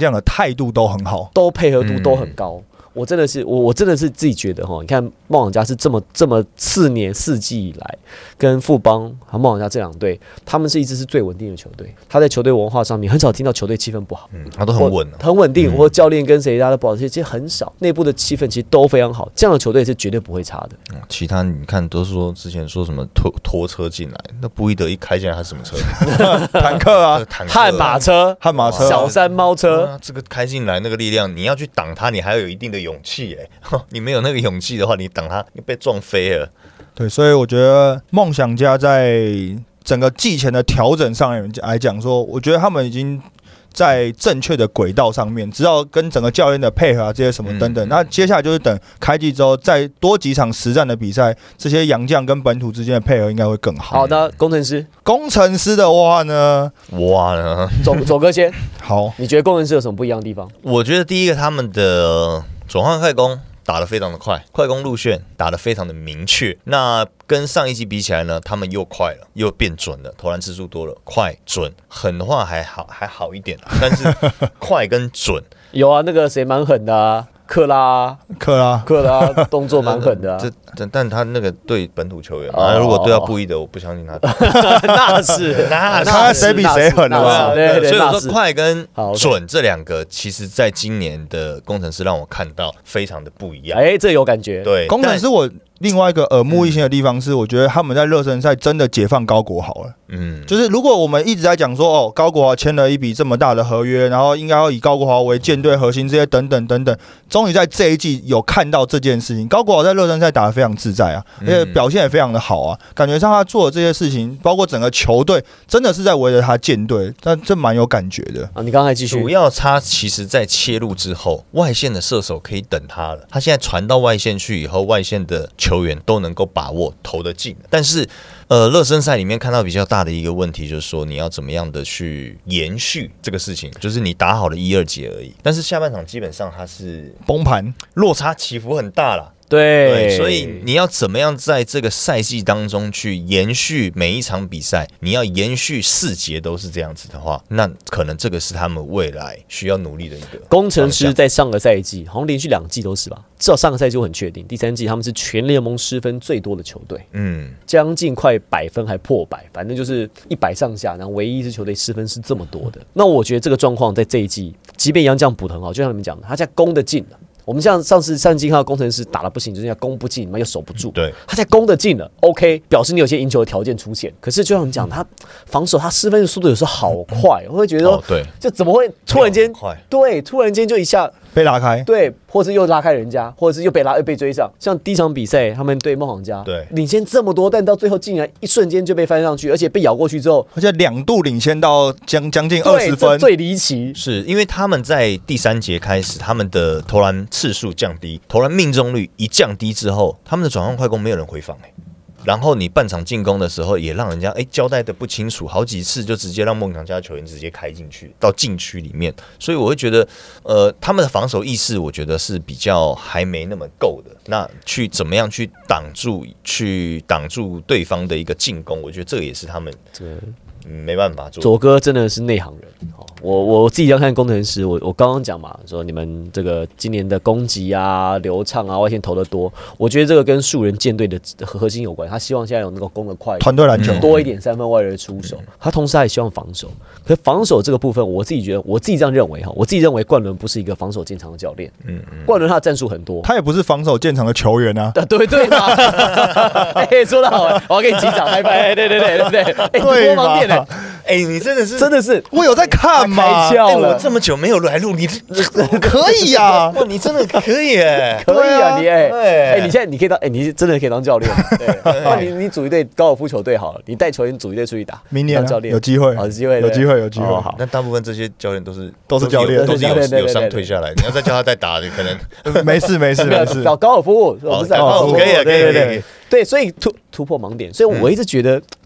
态度都很好，
都配合度都很高。嗯我真的是我我真的是自己觉得哈，你看梦想家是这么这么四年四季以来，跟富邦和梦想家这两队，他们是一支是最稳定的球队。他在球队文化上面很少听到球队气氛不好，
嗯，他都很稳、啊，
很稳定，嗯、或教练跟谁搭的不好，其实很少。内部的气氛其实都非常好，这样的球队是绝对不会差的。
嗯、其他你看都是说之前说什么拖拖车进来，那布伊德一开进来他是什么车？
坦克啊，
坦克、
悍马车、
悍马车、
小山猫车、
啊，这个开进来那个力量，你要去挡他，你还要有一定的勇气哎、欸。你没有那个勇气的话，你挡他，你被撞飞了。
对，所以我觉得梦想家在整个季前的调整上面来讲说，我觉得他们已经在正确的轨道上面，知道跟整个教练的配合啊，这些什么等等。嗯、那接下来就是等开季之后，再多几场实战的比赛，这些洋将跟本土之间的配合应该会更好。
好的，工程师，
工程师的话呢，
哇呢，
左左哥先。
好，
你觉得工程师有什么不一样的地方？
我觉得第一个，他们的转换快攻打得非常的快，快攻路线打得非常的明确。那跟上一季比起来呢，他们又快了，又变准了，投篮次数多了，快准狠的话还好还好一点，但是快跟准
有啊，那个谁蛮狠的啊。克拉，
克拉，
克拉动作蛮狠的、啊。
这这，但他那个对本土球员嘛，哦、如果对到布伊德，我不相信他。
那是，
那看谁比谁狠了吧？
对对，
所以我说快跟准这两个，其实在今年的工程师让我看到非常的不一样。
哎、欸，这有感觉。
对，
工程师我另外一个耳目一新的地方是，我觉得他们在热身赛真的解放高国豪了。嗯，就是如果我们一直在讲说，哦，高国豪签了一笔这么大的合约，然后应该要以高国豪为舰队核心，这些等等等等，终于在这一季有看到这件事情。高国豪在热身赛打得非常自在啊，而且表现也非常的好啊，感觉上他做的这些事情，包括整个球队真的是在围着他建队，但这蛮有感觉的
啊。你刚才继续，
主要他其实在切入之后，外线的射手可以等他了。他现在传到外线去以后，外线的球员都能够把握投得进，但是。呃，热身赛里面看到比较大的一个问题，就是说你要怎么样的去延续这个事情，就是你打好了一二节而已，但是下半场基本上它是
崩盘，
落差起伏很大啦。
对,
对，所以你要怎么样在这个赛季当中去延续每一场比赛？你要延续四节都是这样子的话，那可能这个是他们未来需要努力的一个。
工程师在上个赛季好像连续两季都是吧，至少上个赛季我很确定，第三季他们是全联盟失分最多的球队，嗯，将近快百分还破百，反正就是一百上下，然后唯一一支球队失分是这么多的。那我觉得这个状况在这一季，即便洋将补得很好，就像你们讲的，他在攻得进了。我们像上次上季看到工程师打得不行，就是要攻不进嘛，又守不住。
对，
他在攻得进了 ，OK， 表示你有些赢球的条件出现。可是就像我们讲，他防守他失分的速度有时候好快，我会觉得说，
哦、对，
就怎么会突然间，对，突然间就一下
被拉开，
对，或是又拉开人家，或者是又被拉又被追上。像第一场比赛，他们对梦想家，
对，
领先这么多，但到最后竟然一瞬间就被翻上去，而且被咬过去之后，
而且两度领先到将将近二十分，
最离奇。
是因为他们在第三节开始，他们的投篮次数降低，投篮命中率一降低之后，他们的转换快攻没有人回防、欸然后你半场进攻的时候，也让人家哎交代的不清楚，好几次就直接让梦想家球员直接开进去到禁区里面，所以我会觉得，呃，他们的防守意识，我觉得是比较还没那么够的。那去怎么样去挡住，去挡住对方的一个进攻，我觉得这个也是他们嗯没办法做。
左哥真的是内行人，我我自己要看工程师，我我刚刚讲嘛，说你们这个今年的攻击啊、流畅啊、外线投得多，我觉得这个跟树人舰队的核心有关。他希望现在有那个攻得快，
团队篮球
多一点三分外的出手。他同时他也希望防守，可是防守这个部分，我自己觉得，我自己这样认为哈，我自己认为冠伦不是一个防守见长的教练。嗯嗯，冠伦他的战术很多，
他也不是防守见长的球员啊。
对对嘛，哎、欸，说得好，我要给你击掌，嗨拜，对对对对对，哎、欸，突破盲点哎，
哎，你真的是
真的是，
我有在看嘛，
开窍了。
我这么久没有来录，你
可以呀、啊，
哇，你真的可以哎，
可以啊，你哎，哎，你现在你可以当，哎，你真的可以当教练，对，那你你组一队高尔夫球队好了，你带球员组一队出去打，
明年、啊、
当教练
有机会，
有机会，
有机会，有机会。
哦、好，
但大部分这些教练都是
都是教練，
都是有有伤退下来，你要再叫他再打，可能
没事没事没事。
搞高尔夫，不是
高尔夫可以啊，可以可以。
对，所以突突破盲点，所以我一直觉得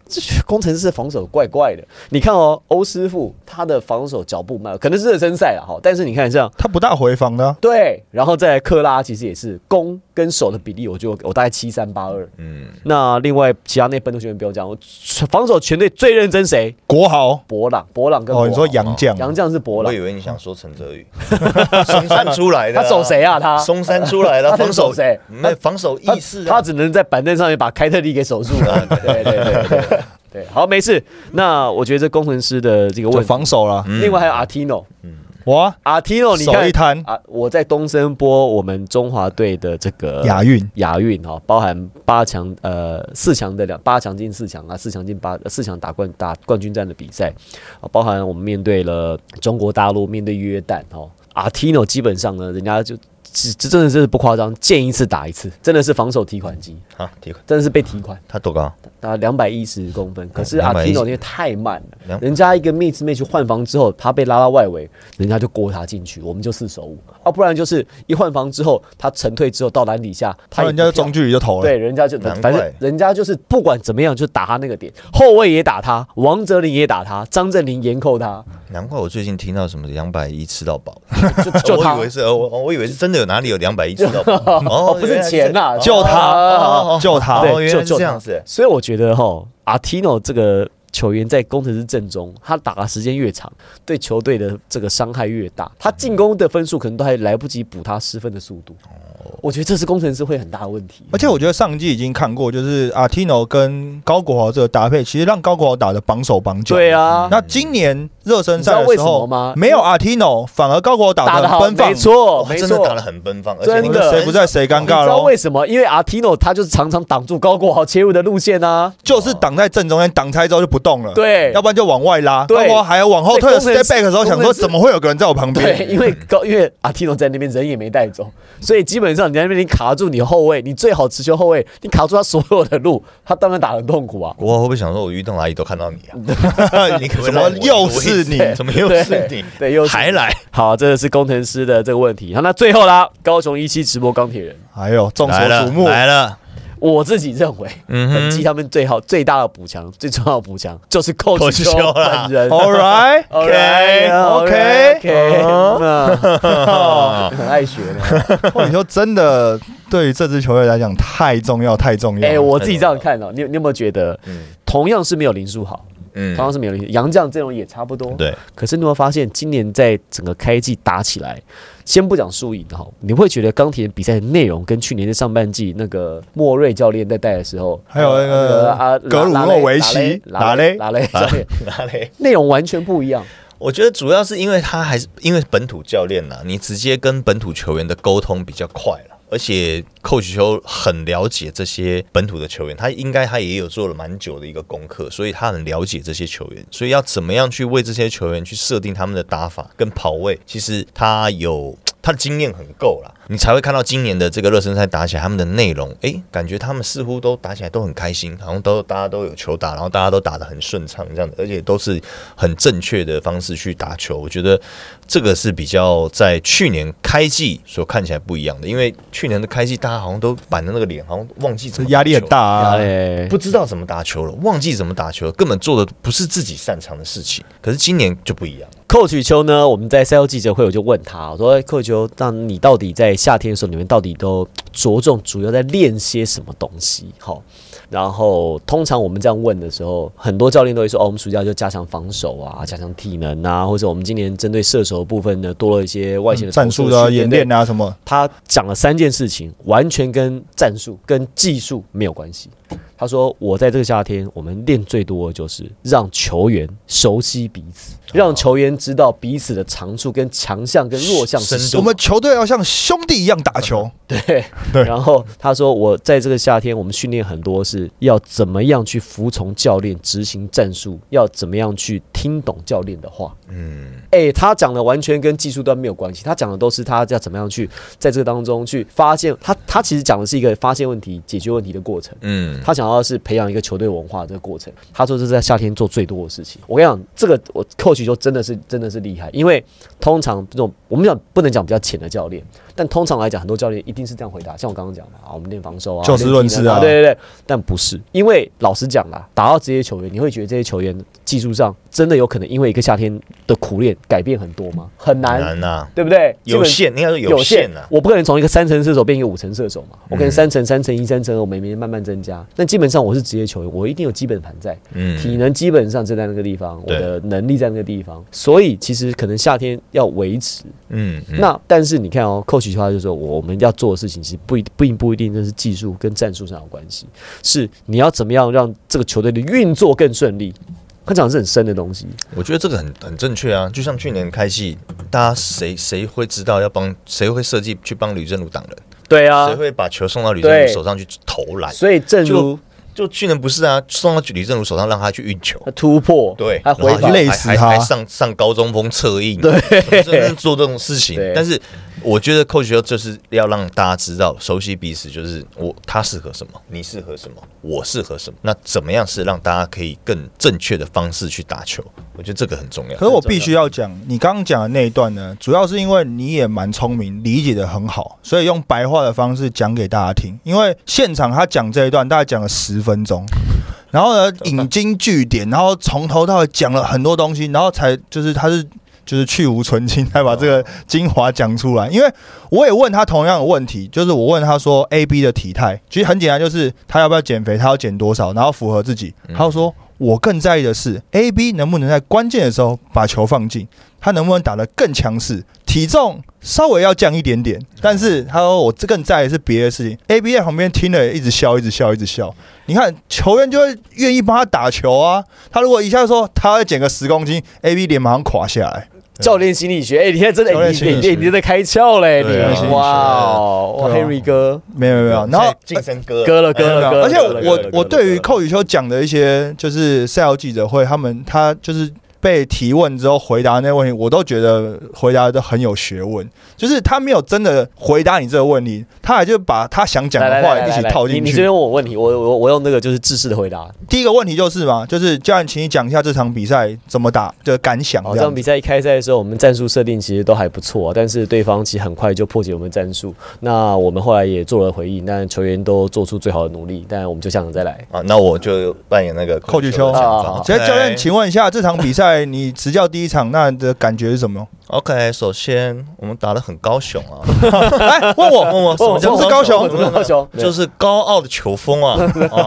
这工程师防守怪怪的。你看哦，欧师傅他的防守脚步慢，可能是热身赛啦哈，但是你看这样，
他不大回防的、啊。
对，然后再来克拉，其实也是攻跟守的比例，我就我大概七三八二。嗯，那另外其他那本土球员不用讲，防守全队最认真谁？
国豪、
博朗、博朗跟博
哦，你说洋将，
洋将是博朗。
我以为你想说陈哲宇，松山出来的、啊，
他守谁啊？他
松山出来的，防守
谁？
那防守意识、
啊，他只能在板凳上面把凯特利给守住了。对对对对对。对，好，没事。那我觉得这工程师的这个问题
防守了，
另外还有阿提诺，
哇，
阿提诺，你看
手一摊
啊，我在东森播我们中华队的这个
亚运，
亚运哈，包含八强呃四强的两八强进四强啊，四强进八四强打冠打冠军战的比赛啊，包含我们面对了中国大陆，面对约旦哦，阿提诺基本上呢，人家就。这真的是不夸张，见一次打一次，真的是防守提款机
啊！提款
真的是被提款。
他多高？
他两百一十公分，可是阿提诺因为太慢了，
200
人家一个 mix match 换防之后，他被拉到外围，人家就过他进去，我们就四手五。啊，不然就是一换防之后，他沉退之后到篮底下，他
人家就中距离就投了。
对，人家就反正人家就是不管怎么样，就打他那个点，后卫也打他，王哲林也打他，张镇麟严扣他。
难怪我最近听到什么两百一吃到饱，
就就他，
我以为是我我以为是真的有哪里有两百一吃到饱，
哦，不是钱呐，
就他，就他，
对，就
这样子。
所以我觉得哈，阿提诺这个球员在工程师阵中，他打的时间越长，对球队的这个伤害越大，他进攻的分数可能都还来不及补他失分的速度。我觉得这是工程师会很大的问题。
而且我觉得上一季已经看过，就是阿提诺跟高国豪这个搭配，其实让高国豪打的绑手绑脚。
对啊，
那今年热身赛的时候
吗？
没有阿提诺，反而高国豪打得很奔放。
没错，没错，
真的打得很奔放，
真的
谁不在谁尴尬了。
你知道为什么？因为阿提诺他就是常常挡住高国豪切入的路线啊，
就是挡在正中间，挡拆之后就不动了。
对，
要不然就往外拉。高国豪还要往后退 step back 的时候，想说怎么会有个人在我旁边？
对，因为高因为阿提诺在那边人也没带走，所以基本上你在那边你卡住你后卫，你最好持球后卫，你卡住他所有的路，他当然打得很痛苦啊。
我会不会想说，我移动哪里都看到你啊？你
怎么又是你？
怎么又是你？
对，又
还来？
好，这个是工程师的这个问题。好，那最后啦，高雄一期直播钢铁人，
还有众所瞩目
来了。
我自己认为，本季他们最好最大的补强、最重要的补强就是 Coach 邱本人。
All right,
OK, OK, OK， 很爱学的。
Coach 邱真的对于这支球队来讲太重要，太重要。
哎，我自己这样看哦，你你有没有觉得，同样是没有林书豪？嗯，同样是没有林，洋将阵容也差不多。
对，
可是你会发现，今年在整个开季打起来，先不讲输赢哈，你会觉得钢铁人比赛的内容跟去年的上半季那个莫瑞教练在带的时候，
还有那个啊格鲁诺维奇、拉雷、
拉雷教练、拉雷，内容完全不一样。
我觉得主要是因为他还是因为本土教练呐，你直接跟本土球员的沟通比较快了。而且Coach邱很了解这些本土的球员，他应该他也有做了蛮久的一个功课，所以他很了解这些球员，所以要怎么样去为这些球员去设定他们的打法跟跑位，其实他有他的经验很够啦，你才会看到今年的这个热身赛打起来，他们的内容，哎、欸，感觉他们似乎都打起来都很开心，好像都大家都有球打，然后大家都打得很顺畅这样的，而且都是很正确的方式去打球。我觉得这个是比较在去年开季所看起来不一样的，因为去年的开季大家好像都板着那个脸，好像忘记怎么
压力很大啊，
不知道怎么打球了，忘记怎么打球，根本做的不是自己擅长的事情。可是今年就不一样。
Coach邱呢，我们在赛后记者会我就问他，我说 Coach邱，那你到底在夏天的时候，你们到底都着重主要在练些什么东西？好。然后，通常我们这样问的时候，很多教练都会说：“哦，我们暑假就加强防守啊，加强体能啊，或者我们今年针对射手的部分呢，多了一些外线的
战术的演练啊什么。”
他讲了三件事情，完全跟战术、跟技术没有关系。他说：“我在这个夏天，我们练最多的就是让球员熟悉彼此，让球员知道彼此的长处、跟强项、跟弱项是什么。
我们球队要像兄弟一样打球。”
对对。然后他说：“我在这个夏天，我们训练很多是要怎么样去服从教练、执行战术，要怎么样去听懂教练的话。”嗯，哎、欸，他讲的完全跟技术端没有关系，他讲的都是他要怎么样去在这个当中去发现。他他其实讲的是一个发现问题、解决问题的过程。嗯，他想要的是培养一个球队文化这个过程。他说这是在夏天做最多的事情。我跟你讲，这个我Coach就真的是真的是厉害，因为通常这种我们讲不能讲比较浅的教练， 但通常来讲，很多教练一定是这样回答，像我刚刚讲嘛，啊，我们练防守啊，
就事论事啊，
对对对，但不是，因为老实讲啦，打到这些球员，你会觉得这些球员技术上真的有可能因为一个夏天的苦练改变很多吗？很难，
难啊，
对不对？
有限，应该说有限啊。
我不可能从一个三成射手变一个五成射手嘛，我可能三成、三成一、三成二，我每年慢慢增加。但基本上我是职业球员，我一定有基本盘在，嗯，体能基本上就在那个地方，我的能力在那个地方，所以其实可能夏天要维持，嗯，嗯那但是你看哦 ，coach 他就说我们要做的事情其实不一不一不一定就是技术跟战术上有关系，是你要怎么样让这个球队的运作更顺利。他讲的是很深的东西，
我觉得这个很很正确啊。就像去年开季，大家谁谁会知道要帮谁会设计去帮吕正儒挡人？
对啊，
谁会把球送到吕正儒手上去投篮？
所以正如
就去年不是啊，送到吕正儒手上让他去运球，
他突破，
对，
他回防，
累死他，
还上上高中锋策应，
对，
真的做这种事情，但是。我觉得 coach 就是要让大家知道，熟悉彼此，就是我他适合什么，你适合什么，我适合什么。那怎么样是让大家可以更正确的方式去打球？我觉得这个很重要。
可是我必须要讲，你刚刚讲的那一段呢，主要是因为你也蛮聪明，理解的很好，所以用白话的方式讲给大家听。因为现场他讲这一段，大概讲了十分钟。然后呢，引经据典，然后从头到尾讲了很多东西，然后才就是他是。就是去无存菁，才把这个精华讲出来。因为我也问他同样的问题，就是我问他说 A B 的体态，其实很简单，就是他要不要减肥，他要减多少，然后符合自己。他就说，我更在意的是 A B 能不能在关键的时候把球放进，他能不能打得更强势，体重稍微要降一点点。但是他说我更在意的是别的事情。A B 在旁边听了，一直笑，一直笑，一直笑。你看球员就会愿意帮他打球啊。他如果一下说他要减个十公斤 ，A B 脸马上垮下来。
教练心理学，哎、欸，你看真的，你你你你在开窍嘞，你哇哦，哇 ，Henry 哥，
没有没有，然后
晋升哥
哥了哥了哥了，
而且我我对于寇宇秋讲的一些就是赛后记者会，他们他就是被提问之后回答那些问题，我都觉得回答的很有学问，就是他没有真的回答你这个问题，他还就把他想讲的话一起套进去。
你你先问我问题，我我我用那个就是制式的回答。
第一个问题就是嘛，就是教练，请你讲一下这场比赛怎么打的感想。
这场比赛一开赛的时候，我们战术设定其实都还不错、啊，但是对方其实很快就破解我们战术。那我们后来也做了回应，但球员都做出最好的努力，但我们就下场再来。
啊，那我就扮演那个
寇巨秋。其实教练，请问一下，这场比赛你执教第一场，那你的感觉是什么
？OK， 首先我们打得很高雄啊！
来问我
问我什么
叫是高雄？
什么高雄？
就是高傲的球风啊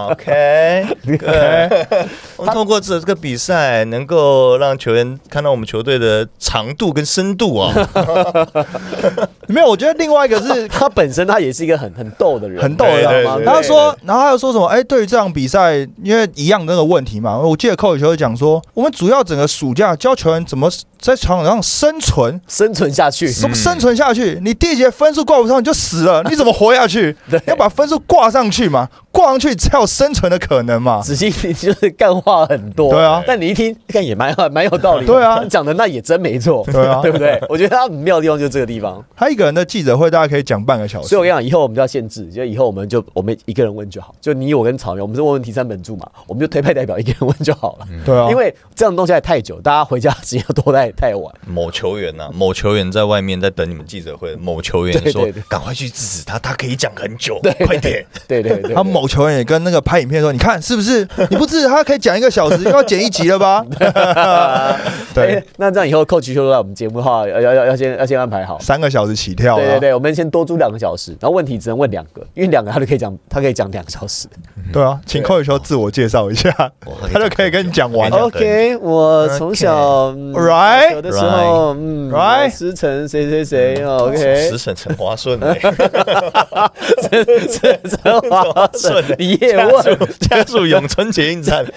！OK， 对，我们通过这这个比赛，能够让球员看到我们球队的长度跟深度啊。
没有，我觉得另外一个是
他本身他也是一个很很逗的人，
很逗的人嘛。他说，然后他又说什么？哎、欸，对于这场比赛，因为一样的那个问题嘛，我记得寇宇球讲说，我们主要整个暑假教球员怎么在场上生存，
生存下去，
怎么生存下去？你第一节分数挂不上你就死了，你怎么活下去？要把分数挂上去嘛，挂上去才有生存的可能嘛。
仔细就是干话很多，
对啊，
但你一听看也蛮蛮有道理，
对啊，
讲的那也真没错，
对啊，
对不对？我觉得他很妙的地方就是这个地方。
他一个人的记者会大概可以讲半个小时，
所以我跟你讲，以后我们就要限制，就以后我们就我们一个人问就好，就你我跟草莓，我们是问问题三本柱嘛，我们就推派代表一个人问就好了，
对啊，
因为这样东西还太久，大家回家时间拖太太晚。
某球员呐、啊，某球员在外面在等你们记者会，某球员说赶快去制止他，他可以讲很久，快点。
对对 对, 对，
他某球员也跟那个拍影片说，你看是不是？你不制止他可以讲一个小时，又要剪一集了吧？
对、欸，那这样以后coach就在我们节目的话，要要要先要先安排好
三个小时起跳、啊。
对对对，我们先多租两个小时，然后问题只能问两个，因为两个他就可以讲，他可以讲两个小时。
对啊，请寇宇秋自我介绍一下，他就可以跟你讲完。
OK， 我从小
right
小的时候，嗯
right
师承谁谁谁 ，OK，
师承陈华顺哎，
陈陈华顺，你也问
家属永春捷运站。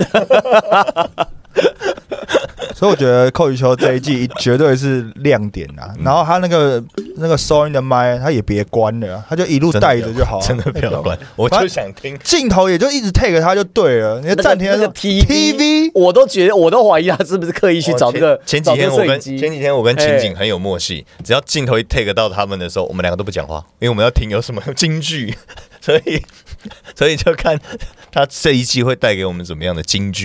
所以我觉得寇宇秋这一季绝对是亮点啊！然后他那个那个收音的麦，他也别关了，他就一路带着就好，
真的不要关，我就想听。
镜头也就一直 take 他就对了，你暂停那个
T V， 我都觉得我都怀疑他是不是刻意去找这个。
前几天我跟前几天我跟秦景很有默契，只要镜头一 take 到他们的时候，我们两个都不讲话，因为我们要听有什么金句，所以所以就看他这一季会带给我们怎么样的金句啊。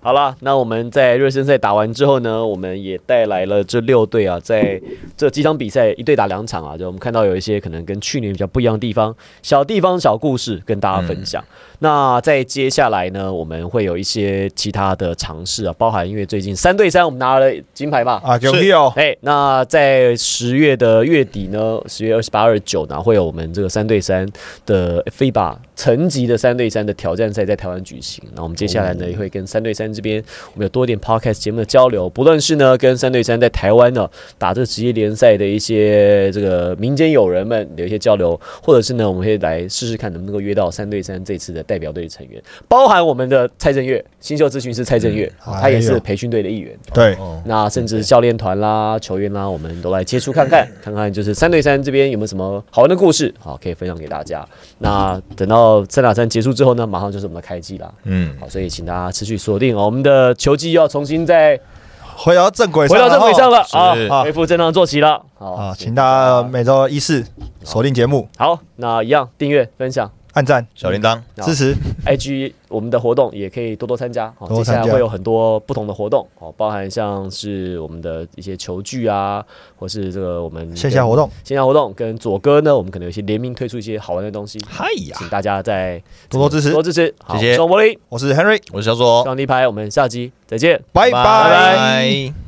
好了，那我们在热身赛打完之后呢，我们也带来了这六队啊，在这几场比赛一队打两场啊，就我们看到有一些可能跟去年比较不一样的地方，小地方小故事跟大家分享。嗯、那在接下来呢，我们会有一些其他的尝试啊，包含因为最近三对三我们拿了金牌嘛，
啊，有屁哦！
哎，那在十月的月底呢，十月二十八、二十九呢，会有我们这个三对三的 F I B A 层级的三对三的挑战赛在台湾举行。那我们接下来呢，也会跟三对三这边我们有多一点 podcast 节目的交流，不论是呢跟三对三在台湾呢打这个职业联赛的一些这个民间友人们的一些交流，或者是呢我们会来试试看能不能够约到三对三这次的代表队成员，包含我们的蔡正月，新秀咨询师蔡正月，嗯、他也是培训队的一员。
对，
哦、那甚至教练团啦、球员啦，我们都来接触看看，看看就是三对三这边有没有什么好玩的故事，好可以分享给大家。那等到三打三结束之后呢，马上就是我们的开季啦。嗯，好，所以请大家持续锁定哦，我们的球季要重新再
回到正轨上，
回到正轨上了啊，恢复正常作息了。好
啊，请大家每周一四锁定节目。
好，那一样订阅、分享、
按赞、
小铃铛
支持。
I G 我们的活动也可以多多参加，好，接下来会有很多不同的活动，好，包含像是我们的一些球具啊，或是这个我们
线下活动，
线下活动跟左哥呢，我们可能有一些联名推出一些好玩的东西，
嗨呀，
请大家再
多多支持，
多支持，
谢谢。
我是柏林，
我是 Henry，
我是小左，
上地牌，我们下集再见，
拜拜。
拜拜。